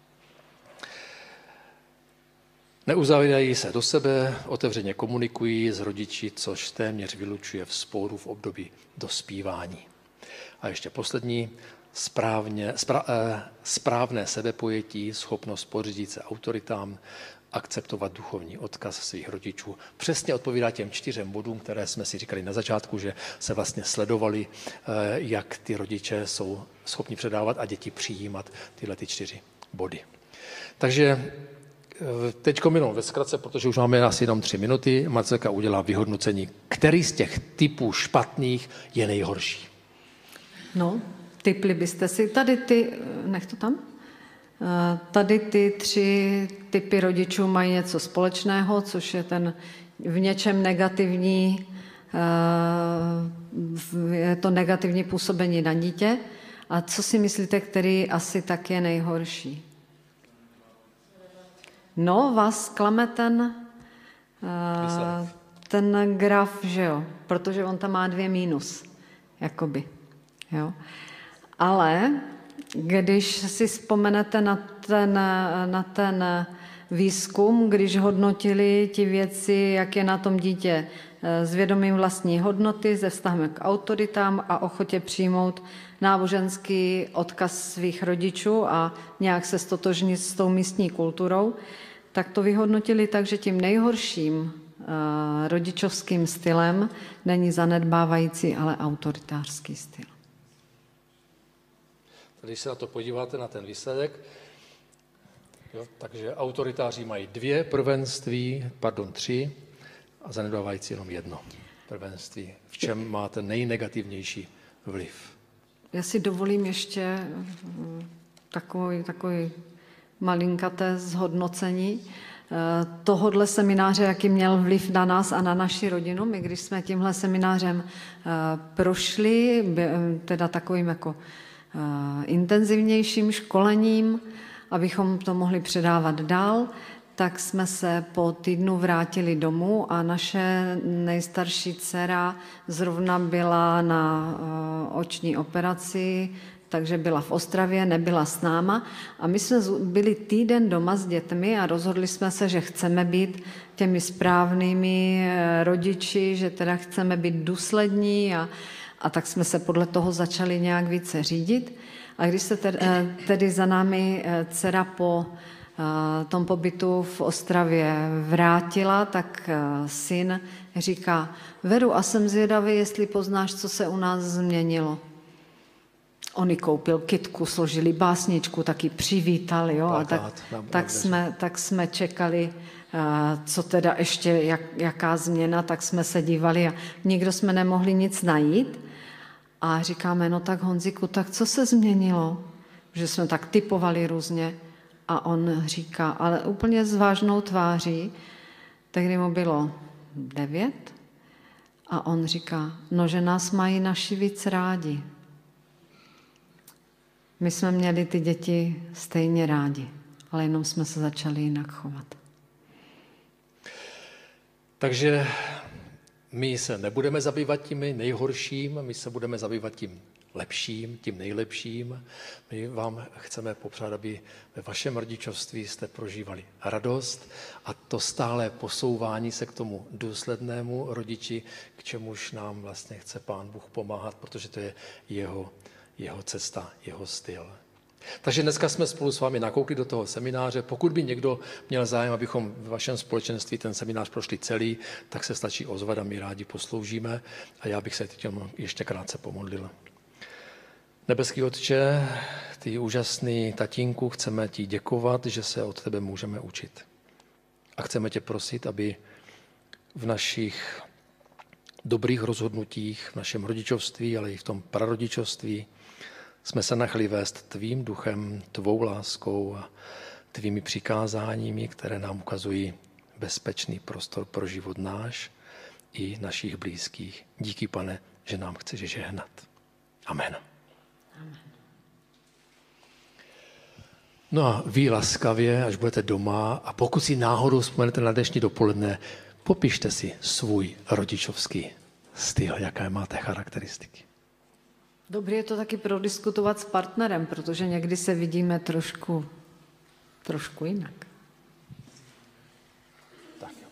Neuzavírají se do sebe, otevřeně komunikují s rodiči, což téměř vylučuje vzpouru v období dospívání. A ještě poslední, Správně, spra, eh, správné sebepojetí, schopnost podřídit se autoritám, akceptovat duchovní odkaz svých rodičů. Přesně odpovídá těm čtyřem bodům, které jsme si říkali na začátku, že se vlastně sledovali, eh, jak ty rodiče jsou schopni předávat a děti přijímat tyhle ty čtyři body. Takže teďko minul ve zkratce, protože už máme asi jenom tři minuty, Marcelka udělá vyhodnocení, který z těch typů špatných je nejhorší. No, tipli byste si, tady ty, nech to tam, tady ty tři typy rodičů mají něco společného, což je ten v něčem negativní, je to negativní působení na dítě. A co si myslíte, který asi tak je nejhorší? No, vás klame ten, ten graf, že jo, protože on tam má dvě mínus, jakoby, jo. Ale když si vzpomenete na ten, na ten výzkum, když hodnotili ti věci, jak je na tom dítě s vědomím vlastní hodnoty, se vztahem k autoritám a ochotě přijmout náboženský odkaz svých rodičů a nějak se stotožnit s tou místní kulturou, tak to vyhodnotili tak, že tím nejhorším rodičovským stylem není zanedbávající, ale autoritářský styl. Když se na to podíváte, na ten výsledek, jo, takže autoritáři mají dvě prvenství, pardon, tři, a zanedbávající jenom jedno prvenství. V čem má ten nejnegativnější vliv? Já si dovolím ještě takový, takový malinkaté zhodnocení tohodle semináře, jaký měl vliv na nás a na naši rodinu. My, když jsme tímhle seminářem prošli, teda takovým jako intenzivnějším školením, abychom to mohli předávat dál, tak jsme se po týdnu vrátili domů a naše nejstarší dcera zrovna byla na oční operaci takže byla v Ostravě, nebyla s náma. A my jsme byli týden doma s dětmi a rozhodli jsme se, že chceme být těmi správnými rodiči, že teda chceme být důslední a, a tak jsme se podle toho začali nějak více řídit. A když se tedy za námi dcera po tom pobytu v Ostravě vrátila, tak syn říká: Veru, a jsem zvědavý, jestli poznáš, co se u nás změnilo. On ji koupil kytku, složili básničku, taky přivítali, jo, a tak, tak, jsme, tak jsme čekali, co teda ještě, jak, jaká změna, tak jsme se dívali a nikdo jsme nemohli nic najít. A říkáme, no tak Honziku, tak co se změnilo? Že jsme tak typovali různě. A on říká, ale úplně s vážnou tváří, tehdy mu bylo devět, a on říká, no, že nás mají naši víc rádi. My jsme měli ty děti stejně rádi, ale jenom jsme se začali jinak chovat. Takže my se nebudeme zabývat tím nejhorším, my se budeme zabývat tím lepším, tím nejlepším. My vám chceme popřát, aby ve vašem rodičovství jste prožívali radost a to stále posouvání se k tomu důslednému rodiči, k čemuž nám vlastně chce Pán Bůh pomáhat, protože to je jeho, jeho cesta, jeho styl. Takže dneska jsme spolu s vámi nakoukli do toho semináře. Pokud by někdo měl zájem, abychom v vašem společenství ten seminář prošli celý, tak se stačí ozvat a my rádi posloužíme. A já bych se teď ještě krátce pomodlil. Nebeský Otče, ty úžasný tatínku, chceme ti děkovat, že se od tebe můžeme učit. A chceme tě prosit, aby v našich dobrých rozhodnutích, v našem rodičovství, ale i v tom prarodičovství jsme se nechali vést tvým duchem, tvou láskou a tvými přikázáními, které nám ukazují bezpečný prostor pro život náš i našich blízkých. Díky, Pane, že nám chceš žehnat. Amen. Amen. No a vy laskavě, až budete doma a pokud si náhodou vzpomenete na dnešní dopoledne, popište si svůj rodičovský styl, jaké máte charakteristiky. Dobré je to taky prodiskutovat s partnerem, protože někdy se vidíme trošku, trošku jinak. Tak jo.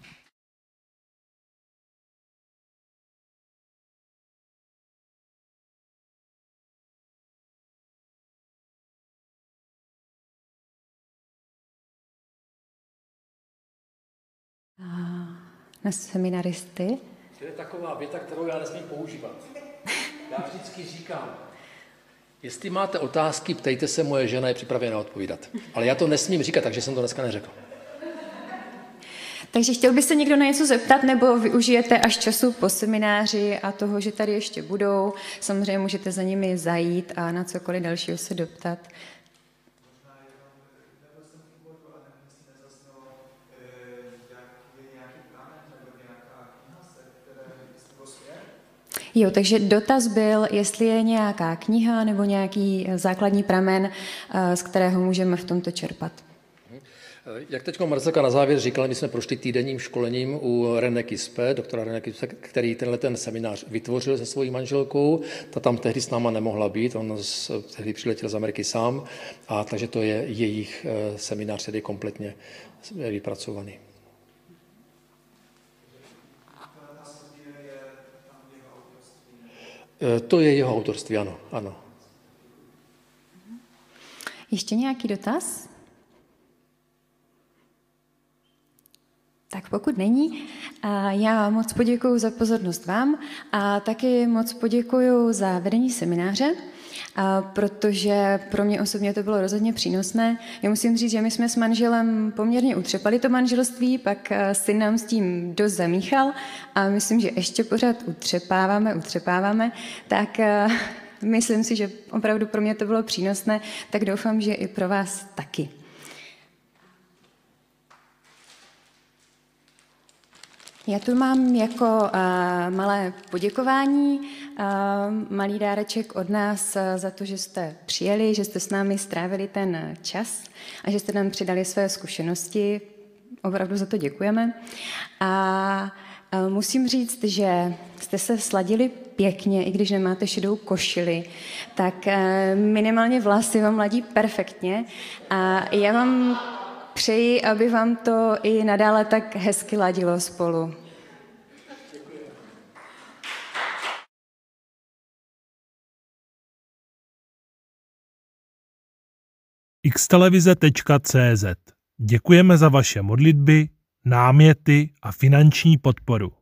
Na seminaristy. To je taková věta, kterou já nesmím používat. Já vždycky říkám, jestli máte otázky, ptejte se, moje žena je připravena odpovídat. Ale já to nesmím říkat, takže jsem to dneska neřekl. Takže chtěl by se někdo na něco zeptat, nebo využijete až času po semináři a toho, že tady ještě budou. Samozřejmě můžete za nimi zajít a na cokoliv dalšího se doptat. Jo, takže dotaz byl, jestli je nějaká kniha nebo nějaký základní pramen, z kterého můžeme v tomto čerpat. Jak teď Marcelka na závěr říkala, my jsme prošli týdenním školením u René Kispe, doktora René Kispe, který tenhle ten seminář vytvořil se svojí manželkou. Ta tam tehdy s náma nemohla být, on z, tehdy přiletěl z Ameriky sám, a takže to je jejich seminář, který je kompletně vypracovaný. To je jeho autorství, ano, ano. Ještě nějaký dotaz? Tak pokud není, já moc poděkuju za pozornost vám a taky moc poděkuju za vedení semináře, protože pro mě osobně to bylo rozhodně přínosné. Já musím říct, že my jsme s manželem poměrně utřepali to manželství, pak syn nám s tím dost zamíchal a myslím, že ještě pořád utřepáváme, utřepáváme, tak myslím si, že opravdu pro mě to bylo přínosné, tak doufám, že i pro vás taky. Já tu mám jako uh, malé poděkování, uh, malý dáreček od nás uh, za to, že jste přijeli, že jste s námi strávili ten čas a že jste nám přidali své zkušenosti. Opravdu za to děkujeme. A Musím říct, že jste se sladili pěkně, i když nemáte šedou košili, tak minimálně vlasy vám ladí perfektně a já vám přeji, aby vám to i nadále tak hezky ladilo spolu. xtelevize tečka cé zet. Děkujeme za vaše modlitby, náměty a finanční podporu.